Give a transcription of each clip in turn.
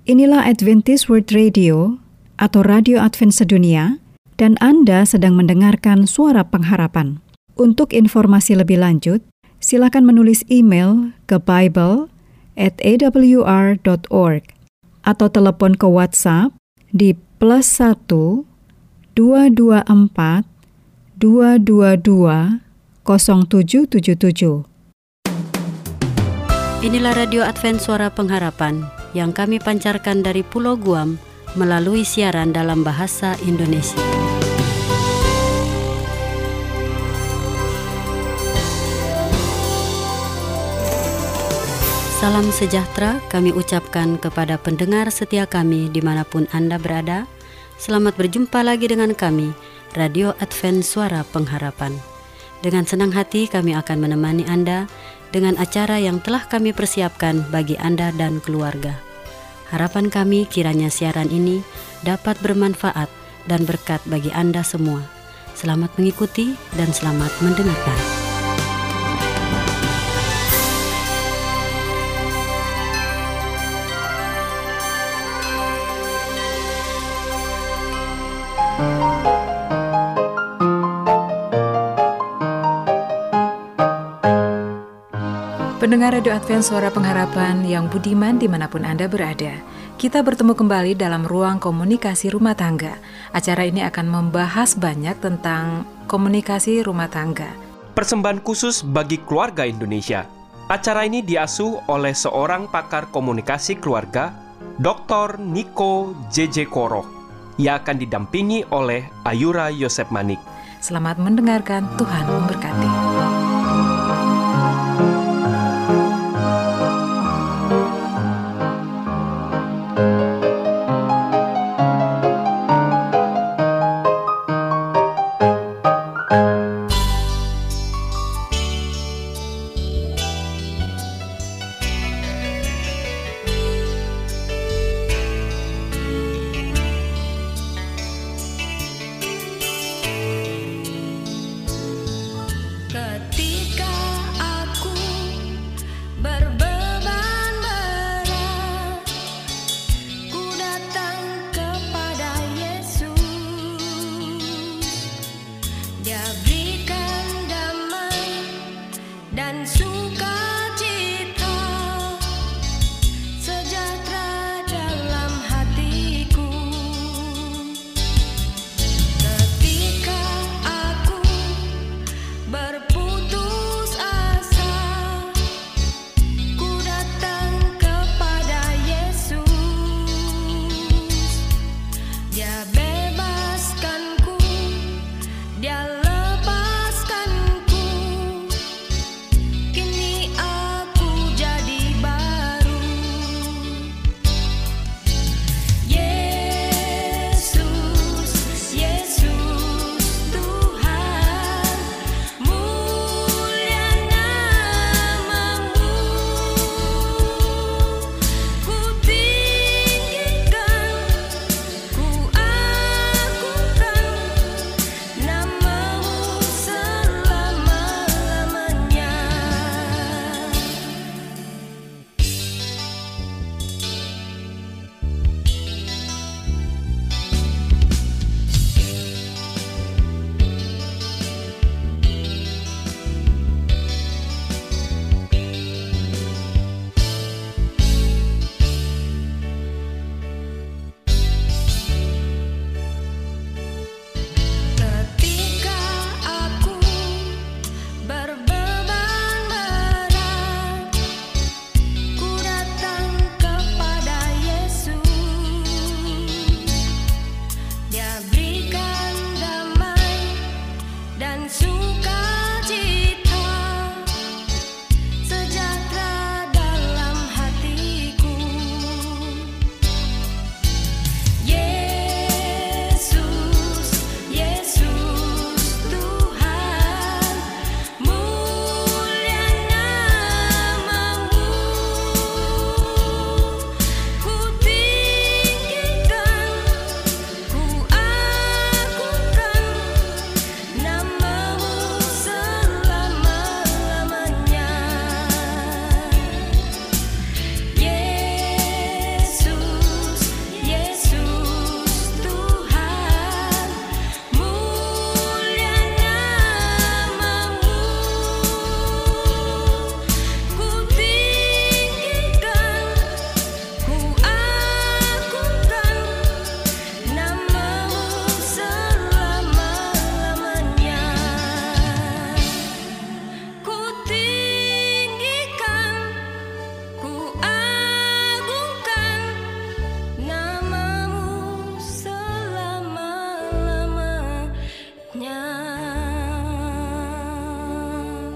Inilah Adventist World Radio atau Radio Advent Sedunia, dan Anda sedang mendengarkan Suara Pengharapan. Untuk informasi lebih lanjut, silakan menulis email ke bible@awr.org atau telepon ke WhatsApp di +1 224 222 0777. Inilah Radio Advent Suara Pengharapan yang kami pancarkan dari Pulau Guam melalui siaran dalam bahasa Indonesia. Salam sejahtera kami ucapkan kepada pendengar setia kami dimanapun Anda berada. Selamat berjumpa lagi dengan kami, Radio Advent Suara Pengharapan. Dengan senang hati kami akan menemani Anda dengan acara yang telah kami persiapkan bagi Anda dan keluarga. Harapan kami kiranya siaran ini dapat bermanfaat dan berkat bagi Anda semua. Selamat mengikuti dan selamat mendengarkan. Pendengar Radio Advent Suara Pengharapan yang budiman dimanapun Anda berada, kita bertemu kembali dalam ruang komunikasi rumah tangga. Acara ini akan membahas banyak tentang komunikasi rumah tangga. Persembahan khusus bagi keluarga Indonesia. Acara ini diasuh oleh seorang pakar komunikasi keluarga, Dr. Niko J.J. Koroh, yang akan didampingi oleh Ayura Yosef Manik. Selamat mendengarkan, Tuhan memberkati.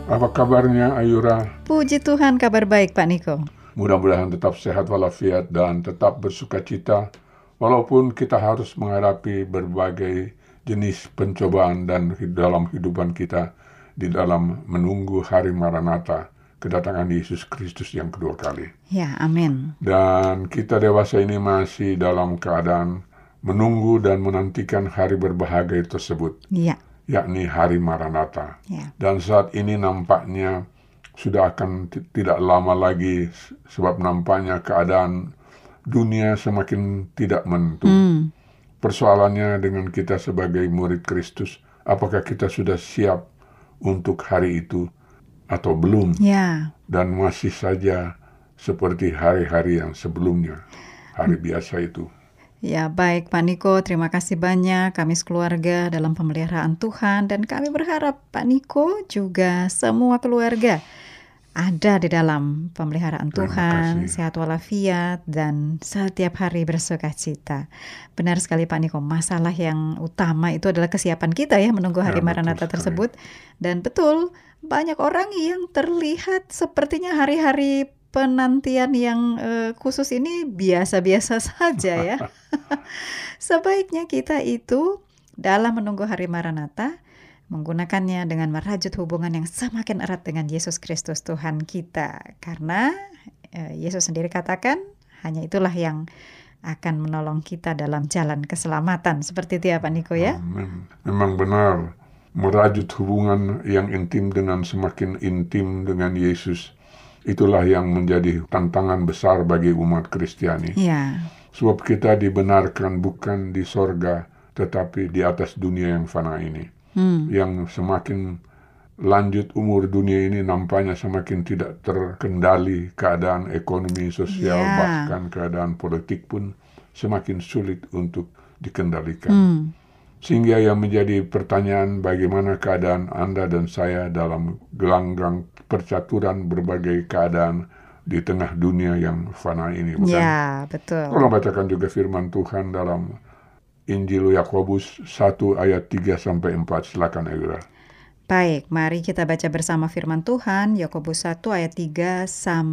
Apa kabarnya Ayura? Puji Tuhan, kabar baik Pak Niko. Mudah-mudahan tetap sehat walafiat dan tetap bersuka cita walaupun kita harus menghadapi berbagai jenis pencobaan dan dalam kehidupan kita di dalam menunggu hari Maranatha, kedatangan Yesus Kristus yang kedua kali. Ya, amin. Dan kita dewasa ini masih dalam keadaan menunggu dan menantikan hari berbahagia tersebut. Ya. Yakni hari Maranatha. Ya. Dan saat ini nampaknya sudah akan tidak lama lagi, sebab nampaknya keadaan dunia semakin tidak menentu. Persoalannya dengan kita sebagai murid Kristus, apakah kita sudah siap untuk hari itu atau belum? Ya. Dan masih saja seperti hari-hari yang sebelumnya, hari biasa itu. Ya, baik Pak Niko, terima kasih banyak. Kami sekeluarga dalam pemeliharaan Tuhan, dan kami berharap Pak Niko juga semua keluarga ada di dalam pemeliharaan Tuhan, sehat walafiat, dan setiap hari bersuka cita. Benar sekali Pak Niko, masalah yang utama itu adalah kesiapan kita ya menunggu hari Maranatha tersebut. Dan betul, banyak orang yang terlihat sepertinya hari-hari penantian yang khusus ini biasa-biasa saja ya. Sebaiknya kita itu dalam menunggu hari Maranatha menggunakannya dengan merajut hubungan yang semakin erat dengan Yesus Kristus Tuhan kita. Karena Yesus sendiri katakan hanya itulah yang akan menolong kita dalam jalan keselamatan. Seperti itu ya Pak Niko ya? Amin. Memang benar, merajut hubungan yang intim dengan semakin intim dengan Yesus. Itulah yang menjadi tantangan besar bagi umat Kristiani. Ya. Sebab kita dibenarkan bukan di sorga, tetapi di atas dunia yang fana ini. Yang semakin lanjut umur dunia ini nampaknya semakin tidak terkendali, keadaan ekonomi, sosial, bahkan keadaan politik pun semakin sulit untuk dikendalikan. Sehingga yang menjadi pertanyaan, bagaimana keadaan Anda dan saya dalam gelanggang percaturan berbagai keadaan di tengah dunia yang fana ini, bukan? Ya, betul. Tolong bacakan juga firman Tuhan dalam Injil Yakobus 1 ayat 3-4. Silakan Ayura. Baik, mari kita baca bersama firman Tuhan, Yakobus 1 ayat 3-4.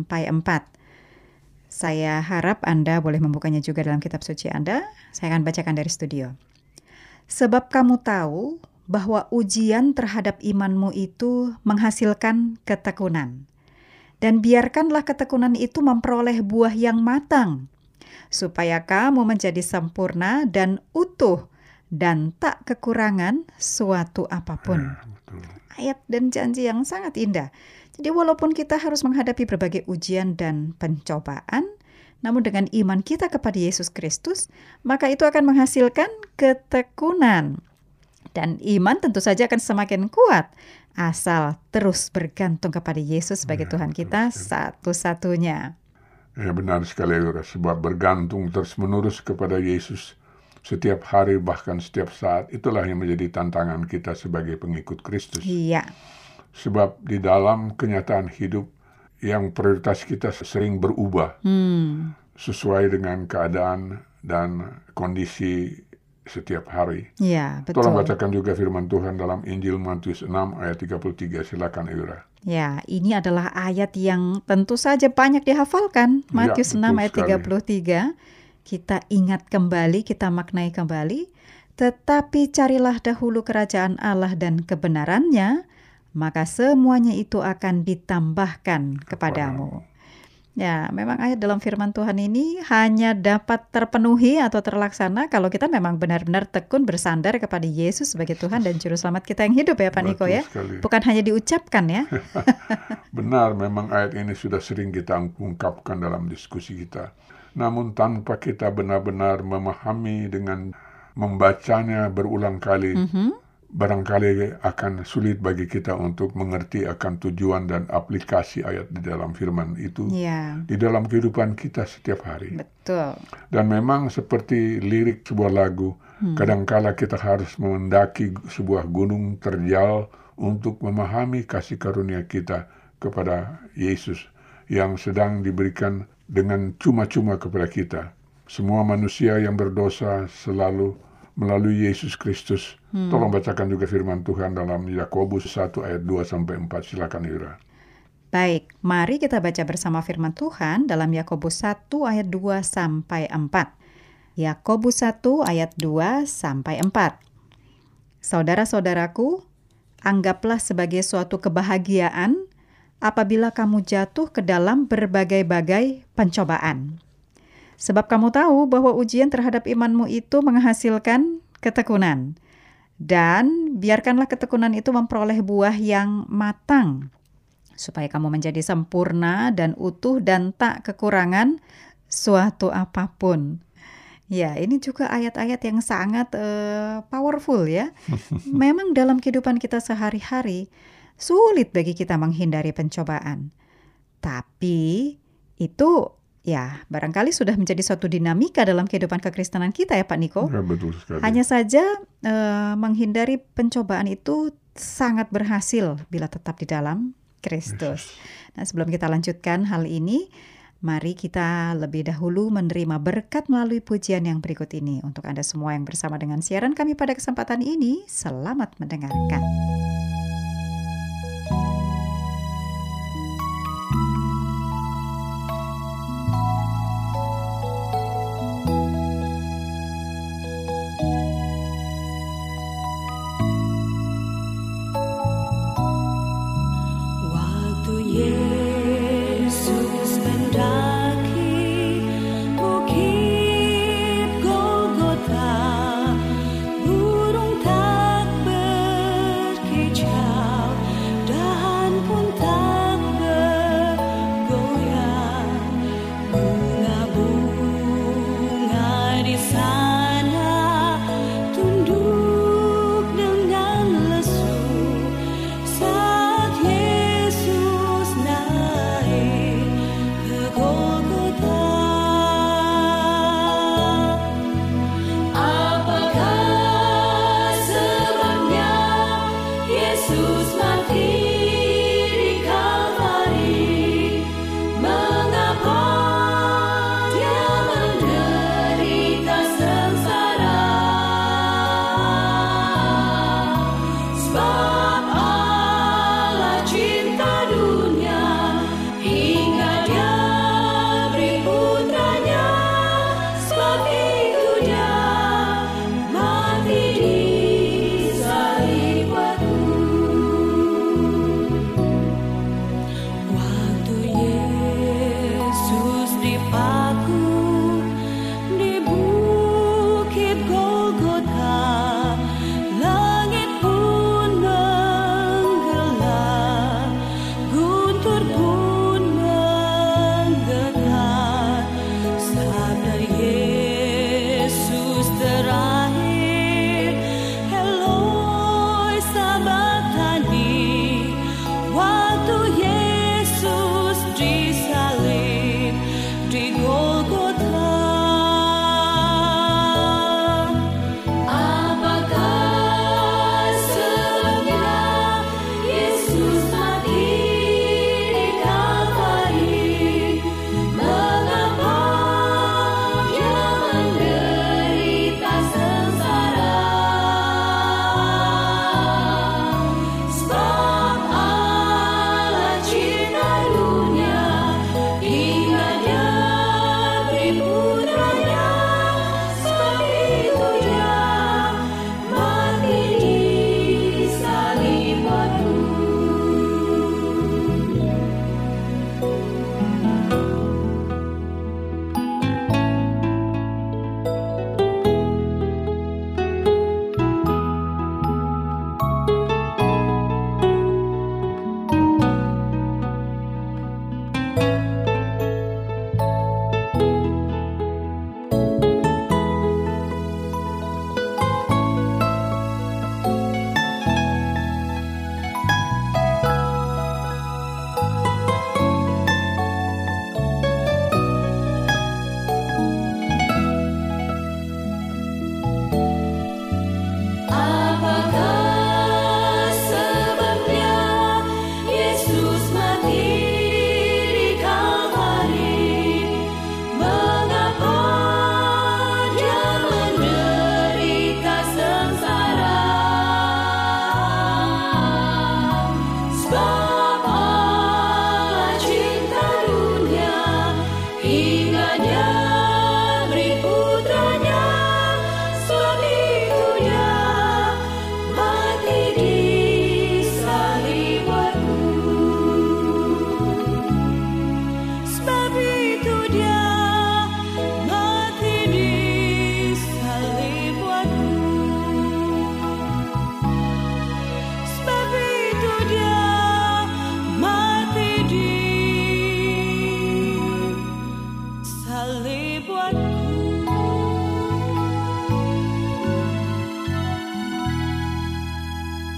Saya harap Anda boleh membukanya juga dalam kitab suci Anda. Saya akan bacakan dari studio. Sebab kamu tahu bahwa ujian terhadap imanmu itu menghasilkan ketekunan. Dan biarkanlah ketekunan itu memperoleh buah yang matang, supaya kamu menjadi sempurna dan utuh dan tak kekurangan suatu apapun. Ayat dan janji yang sangat indah. Jadi walaupun kita harus menghadapi berbagai ujian dan pencobaan, namun dengan iman kita kepada Yesus Kristus, maka itu akan menghasilkan ketekunan. Dan iman tentu saja akan semakin kuat, asal terus bergantung kepada Yesus sebagai Tuhan kita satu-satunya. Ya, benar sekali, sebab bergantung terus-menerus kepada Yesus setiap hari, bahkan setiap saat, itulah yang menjadi tantangan kita sebagai pengikut Kristus. Iya. Sebab di dalam kenyataan hidup, yang prioritas kita sering berubah sesuai dengan keadaan dan kondisi setiap hari. Iya, betul. Tolong bacakan juga firman Tuhan dalam Injil Matius 6 ayat 33. Silakan Ayura. Ya, ini adalah ayat yang tentu saja banyak dihafalkan. Matius 6 ayat 33. Kita ingat kembali, kita maknai kembali. Tetapi carilah dahulu kerajaan Allah dan kebenarannya, maka semuanya itu akan ditambahkan kepadamu. Ya, memang ayat dalam firman Tuhan ini hanya dapat terpenuhi atau terlaksana kalau kita memang benar-benar tekun bersandar kepada Yesus sebagai Tuhan dan Juru Selamat kita yang hidup ya Pak Niko ya. Sekali. Bukan hanya diucapkan ya. Benar, memang ayat ini sudah sering kita ungkapkan dalam diskusi kita. Namun tanpa kita benar-benar memahami dengan membacanya berulang kali, barangkali akan sulit bagi kita untuk mengerti akan tujuan dan aplikasi ayat di dalam firman itu di dalam kehidupan kita setiap hari. Betul. Dan memang seperti lirik sebuah lagu, kadangkala kita harus mendaki sebuah gunung terjal untuk memahami kasih karunia kita kepada Yesus yang sedang diberikan dengan cuma-cuma kepada kita. Semua manusia yang berdosa selalu melalui Yesus Kristus. Tolong bacakan juga firman Tuhan dalam Yakobus 1 ayat 2-4. Silakan Ira. Baik, mari kita baca bersama firman Tuhan dalam Yakobus 1 ayat 2-4. Yakobus 1 ayat 2-4. Saudara-saudaraku, anggaplah sebagai suatu kebahagiaan apabila kamu jatuh ke dalam berbagai-bagai pencobaan. Sebab kamu tahu bahwa ujian terhadap imanmu itu menghasilkan ketekunan. Dan biarkanlah ketekunan itu memperoleh buah yang matang, supaya kamu menjadi sempurna dan utuh dan tak kekurangan suatu apapun. Ya, ini juga ayat-ayat yang sangat powerful ya. Memang dalam kehidupan kita sehari-hari, sulit bagi kita menghindari pencobaan. Tapi itu ya barangkali sudah menjadi suatu dinamika dalam kehidupan kekristenan kita ya Pak Niko. Ya, betul sekali. Hanya saja menghindari pencobaan itu sangat berhasil bila tetap di dalam Kristus. Nah, sebelum kita lanjutkan hal ini, mari kita lebih dahulu menerima berkat melalui pujian yang berikut ini. Untuk Anda semua yang bersama dengan siaran kami pada kesempatan ini, selamat mendengarkan. Burung tak berkicau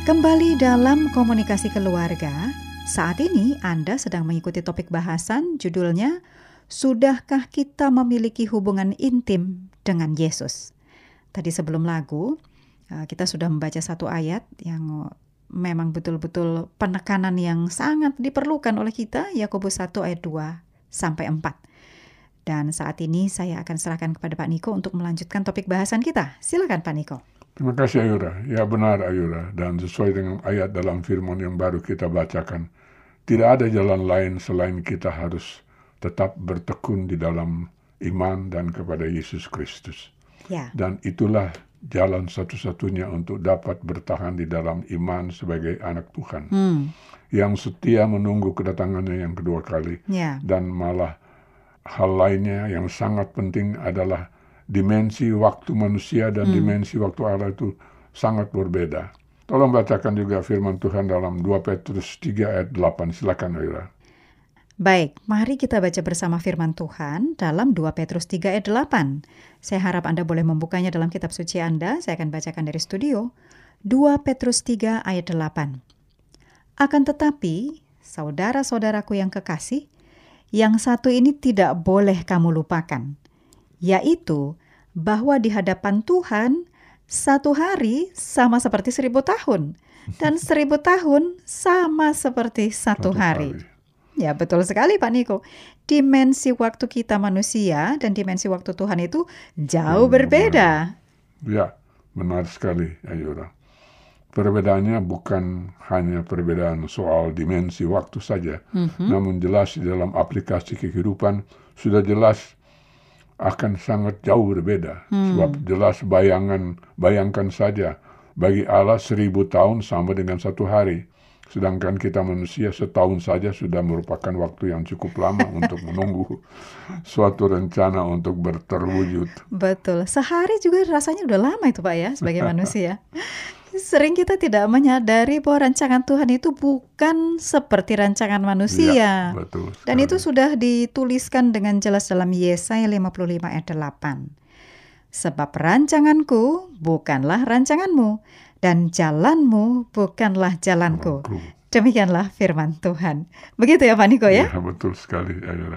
Kembali dalam komunikasi keluarga, saat ini Anda sedang mengikuti topik bahasan judulnya, Sudahkah kita memiliki hubungan intim dengan Yesus? Tadi sebelum lagu, kita sudah membaca satu ayat yang memang betul-betul penekanan yang sangat diperlukan oleh kita, Yakobus 1 ayat 2-4. Dan saat ini saya akan serahkan kepada Pak Niko untuk melanjutkan topik bahasan kita. Silakan Pak Niko. Terima kasih Ayura. Ya benar Ayura. Dan sesuai dengan ayat dalam firman yang baru kita bacakan, tidak ada jalan lain selain kita harus tetap bertekun di dalam iman dan kepada Yesus Kristus. Ya. Dan itulah jalan satu-satunya untuk dapat bertahan di dalam iman sebagai anak Tuhan. Yang setia menunggu kedatangannya yang kedua kali. Ya. Dan malah hal lainnya yang sangat penting adalah dimensi waktu manusia dan dimensi waktu Allah itu sangat berbeda. Tolong bacakan juga firman Tuhan dalam 2 Petrus 3 ayat 8. Silakan Ayura. Baik, mari kita baca bersama firman Tuhan dalam 2 Petrus 3 ayat 8. Saya harap Anda boleh membukanya dalam kitab suci Anda. Saya akan bacakan dari studio. 2 Petrus 3 ayat 8. Akan tetapi, saudara-saudaraku yang kekasih, yang satu ini tidak boleh kamu lupakan, yaitu bahwa di hadapan Tuhan satu hari sama seperti 1000 tahun, dan 1000 tahun sama seperti satu hari. Ya betul sekali Pak Niko. Dimensi waktu kita manusia dan dimensi waktu Tuhan itu jauh berbeda. Ya, benar sekali Ayura. Perbedaannya bukan hanya perbedaan soal dimensi waktu saja, namun jelas di dalam aplikasi kehidupan sudah jelas akan sangat jauh berbeda. Sebab jelas bayangkan saja, bagi Allah 1000 tahun sama dengan satu hari. Sedangkan kita manusia setahun saja sudah merupakan waktu yang cukup lama untuk menunggu suatu rencana untuk terwujud. Betul, sehari juga rasanya udah lama itu Pak ya, sebagai manusia. Sering kita tidak menyadari bahwa rancangan Tuhan itu bukan seperti rancangan manusia. Ya, betul sekali. Dan itu sudah dituliskan dengan jelas dalam Yesaya 55 ayat 8. Sebab rancanganku bukanlah rancanganmu, dan jalanmu bukanlah jalanku. Demikianlah firman Tuhan. Begitu ya Pak Niko ya? Ya, betul sekali.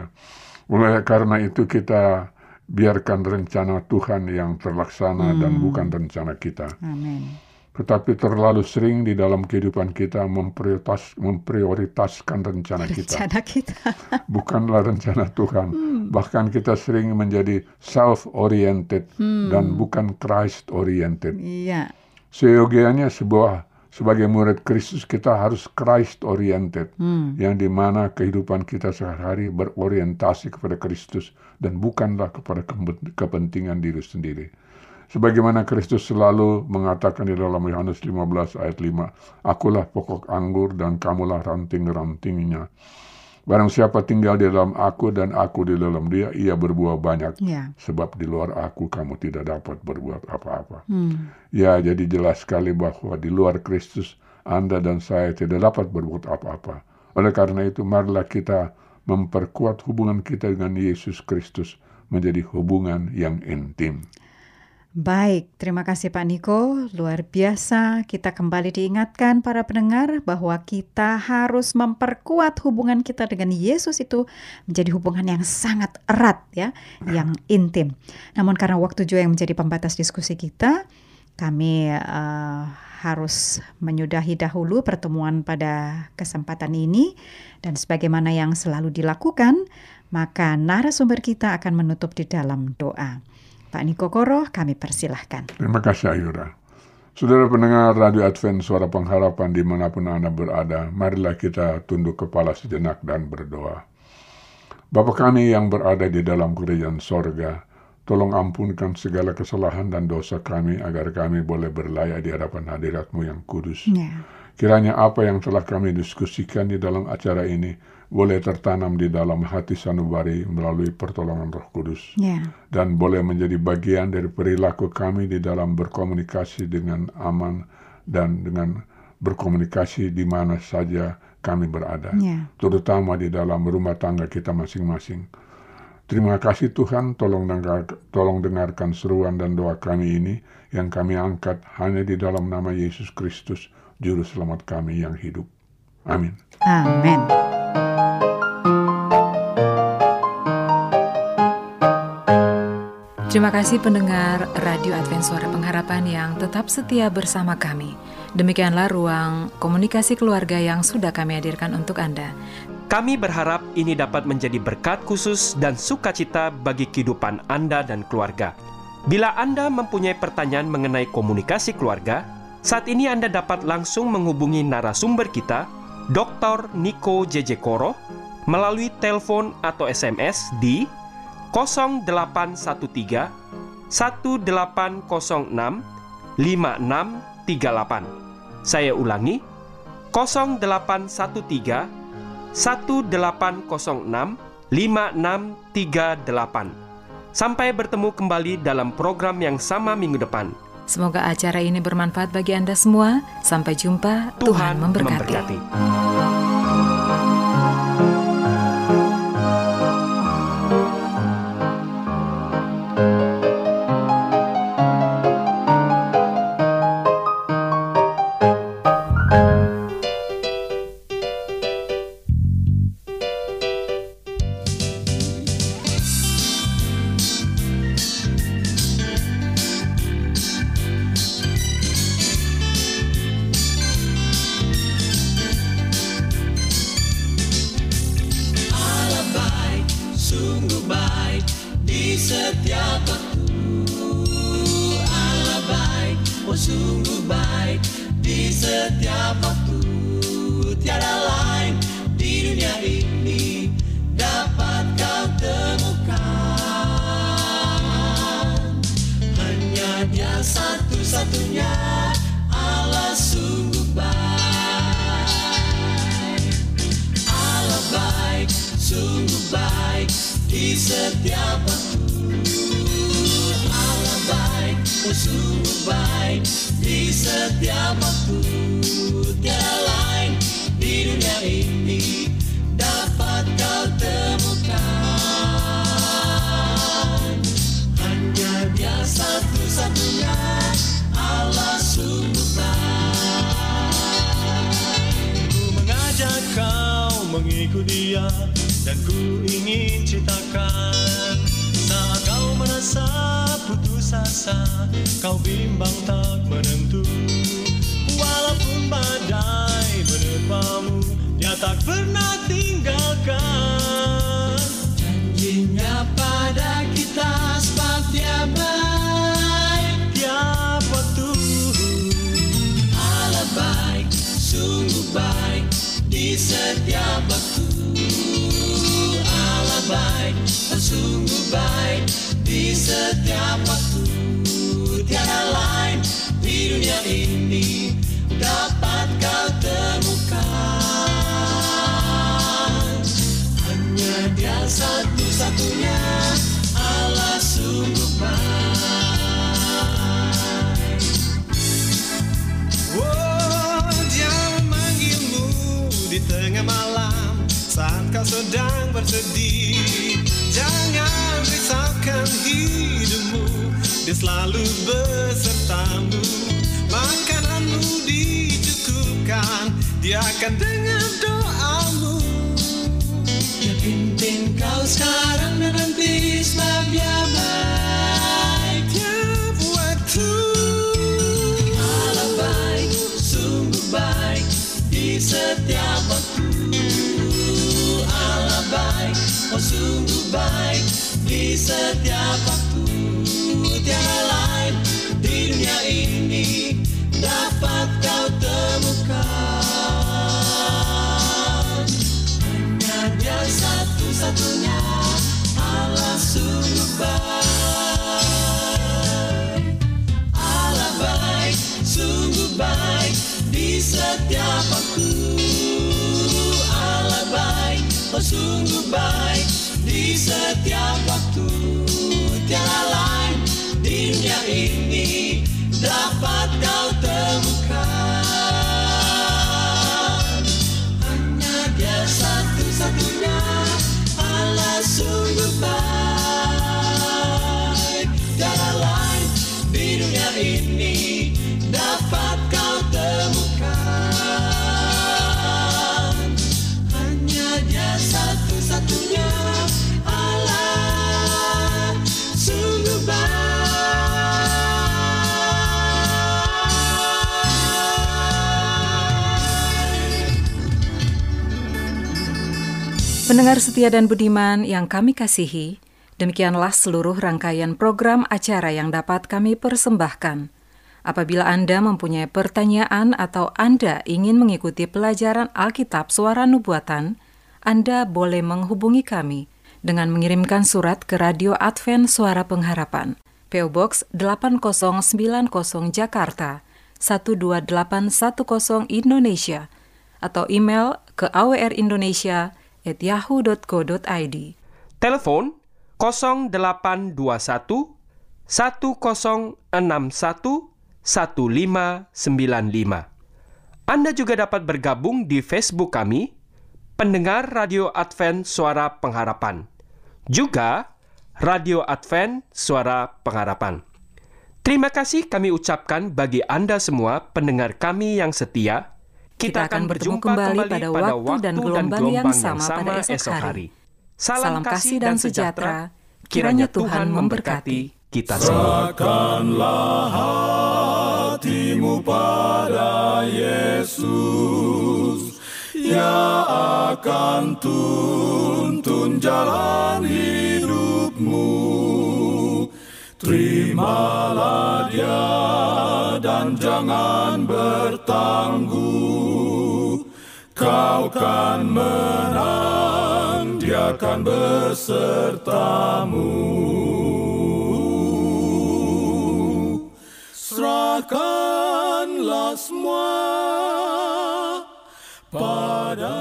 Oleh karena itu kita biarkan rencana Tuhan yang terlaksana dan bukan rencana kita. Amin. Tetapi terlalu sering di dalam kehidupan kita memprioritaskan rencana kita. Bukanlah rencana Tuhan. Bahkan kita sering menjadi self-oriented dan bukan Christ-oriented. Iya. Seyogianya sebagai murid Kristus kita harus Christ-oriented. Yang dimana kehidupan kita sehari-hari berorientasi kepada Kristus dan bukanlah kepada kepentingan diri sendiri. Sebagaimana Kristus selalu mengatakan di dalam Yohanes 15 ayat 5, Akulah pokok anggur dan kamulah ranting-rantingnya. Barang siapa tinggal di dalam aku dan aku di dalam dia, ia berbuah banyak. Sebab di luar aku kamu tidak dapat berbuat apa-apa. Ya, jadi jelas sekali bahwa di luar Kristus Anda dan saya tidak dapat berbuat apa-apa. Oleh karena itu, marilah kita memperkuat hubungan kita dengan Yesus Kristus menjadi hubungan yang intim. Baik, terima kasih Pak Niko. Luar biasa, kita kembali diingatkan para pendengar bahwa kita harus memperkuat hubungan kita dengan Yesus itu menjadi hubungan yang sangat erat ya, yang intim. Namun karena waktu juga yang menjadi pembatas diskusi kita, kami harus menyudahi dahulu pertemuan pada kesempatan ini. Dan sebagaimana yang selalu dilakukan, maka narasumber kita akan menutup di dalam doa. Pak Niko Koroh, kami persilahkan. Terima kasih Ayura. Saudara pendengar Radio Advent Suara Pengharapan dimanapun Anda berada, marilah kita tunduk kepala sejenak dan berdoa. Bapa kami yang berada di dalam kerajaan sorga, tolong ampunkan segala kesalahan dan dosa kami agar kami boleh berlayak di hadapan hadirat-Mu yang kudus. Kiranya apa yang telah kami diskusikan di dalam acara ini boleh tertanam di dalam hati sanubari melalui pertolongan Roh Kudus. Dan boleh menjadi bagian dari perilaku kami di dalam berkomunikasi dengan aman dan dengan berkomunikasi di mana saja kami berada. Terutama di dalam rumah tangga kita masing-masing. Terima kasih Tuhan, tolong dengarkan seruan dan doa kami ini yang kami angkat hanya di dalam nama Yesus Kristus, Juru Selamat kami yang hidup. Amin. Amin. Terima kasih pendengar Radio Advent Suara Pengharapan yang tetap setia bersama kami. Demikianlah ruang komunikasi keluarga yang sudah kami hadirkan untuk Anda. Kami berharap ini dapat menjadi berkat khusus dan sukacita bagi kehidupan Anda dan keluarga. Bila Anda mempunyai pertanyaan mengenai komunikasi keluarga, saat ini Anda dapat langsung menghubungi narasumber kita, Dr. Nico JJ Koro, melalui telepon atau SMS di 0813 1806 5638. Saya ulangi, 0813 1806 5638. Sampai bertemu kembali dalam program yang sama minggu depan. Semoga acara ini bermanfaat bagi Anda semua. Sampai jumpa. Tuhan memberkati. Satu-satunya Allah sungguh baik. Allah baik, sungguh baik di setiap waktu. Allah baik, sungguh baik di setiap waktu. Tiada lain di dunia ini dapat kau temukan. Hanya Dia satu-satunya Allah sungguh baik. Ku mengajak kau mengikut Dia, dan ku ingin ceritakan. Saat kau merasa putus asa, kau bimbang tak menentu, walaupun badai menerpamu, Dia tak pernah tinggalkan. Janjinya pada kita sebab Dia baik tiap waktu. Allah baik, sungguh baik di setiap waktu. Allah baik, sungguh baik di setiap waktu. Tiada lain di dunia ini dapat kau temukan. Hanya Dia satu-satunya Allah sungguh baik. Oh, Dia memanggilmu di tengah malam saat kau sedang bersedih. Jangan risaukan hidupmu, Dia selalu besertamu. Makananmu dicukupkan, Dia akan dengar doamu. Dia pimpin kau sekarang dan nanti sebab Dia baik tiap waktu. Allah baik, sungguh baik di setiap waktu. Allah baik, sungguh baik di setiap waktu. Tiada lain di dunia ini dapat kau temukan. Hanya Dia satu-satunya Allah sungguh baik. Allah baik, sungguh baik di setiap waktu. Allah baik, sungguh baik di setiap waktu. Tiada lain di dunia ini dapat kau temukan. Hanya Dia satu-satunya Allah sungguh baik. Tiada lain di dunia ini dapat kau temukan. Pendengar setia dan budiman yang kami kasihi, demikianlah seluruh rangkaian program acara yang dapat kami persembahkan. Apabila Anda mempunyai pertanyaan atau Anda ingin mengikuti pelajaran Alkitab Suara Nubuatan, Anda boleh menghubungi kami dengan mengirimkan surat ke Radio Advent Suara Pengharapan, PO Box 8090 Jakarta 12810 Indonesia, atau email ke awrindonesia@yahoo.co.id. Telepon 0821 1061 1595. Anda juga dapat bergabung di Facebook kami, Pendengar Radio Advent Suara Pengharapan. Juga Radio Advent Suara Pengharapan. Terima kasih kami ucapkan bagi Anda semua pendengar kami yang setia. Kita akan bertemu kembali pada waktu dan gelombang yang sama pada esok hari. Salam kasih dan sejahtera. Kiranya Tuhan memberkati kita semua. Serahkanlah hatimu pada Yesus, Ia akan tuntun jalan hidupmu. Terimalah Dia dan jangan bertangguh. Kau kan menang, Dia akan besertamu. Serahkanlah semua pada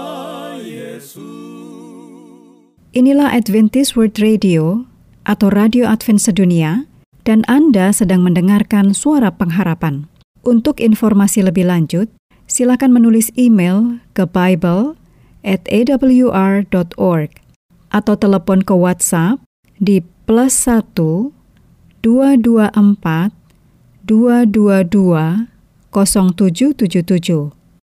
Yesus. Inilah Adventist World Radio atau Radio Advent Sedunia, dan Anda sedang mendengarkan Suara Pengharapan. Untuk informasi lebih lanjut, silakan menulis email ke bible@awr.org atau telepon ke WhatsApp di +1 224 222 0777.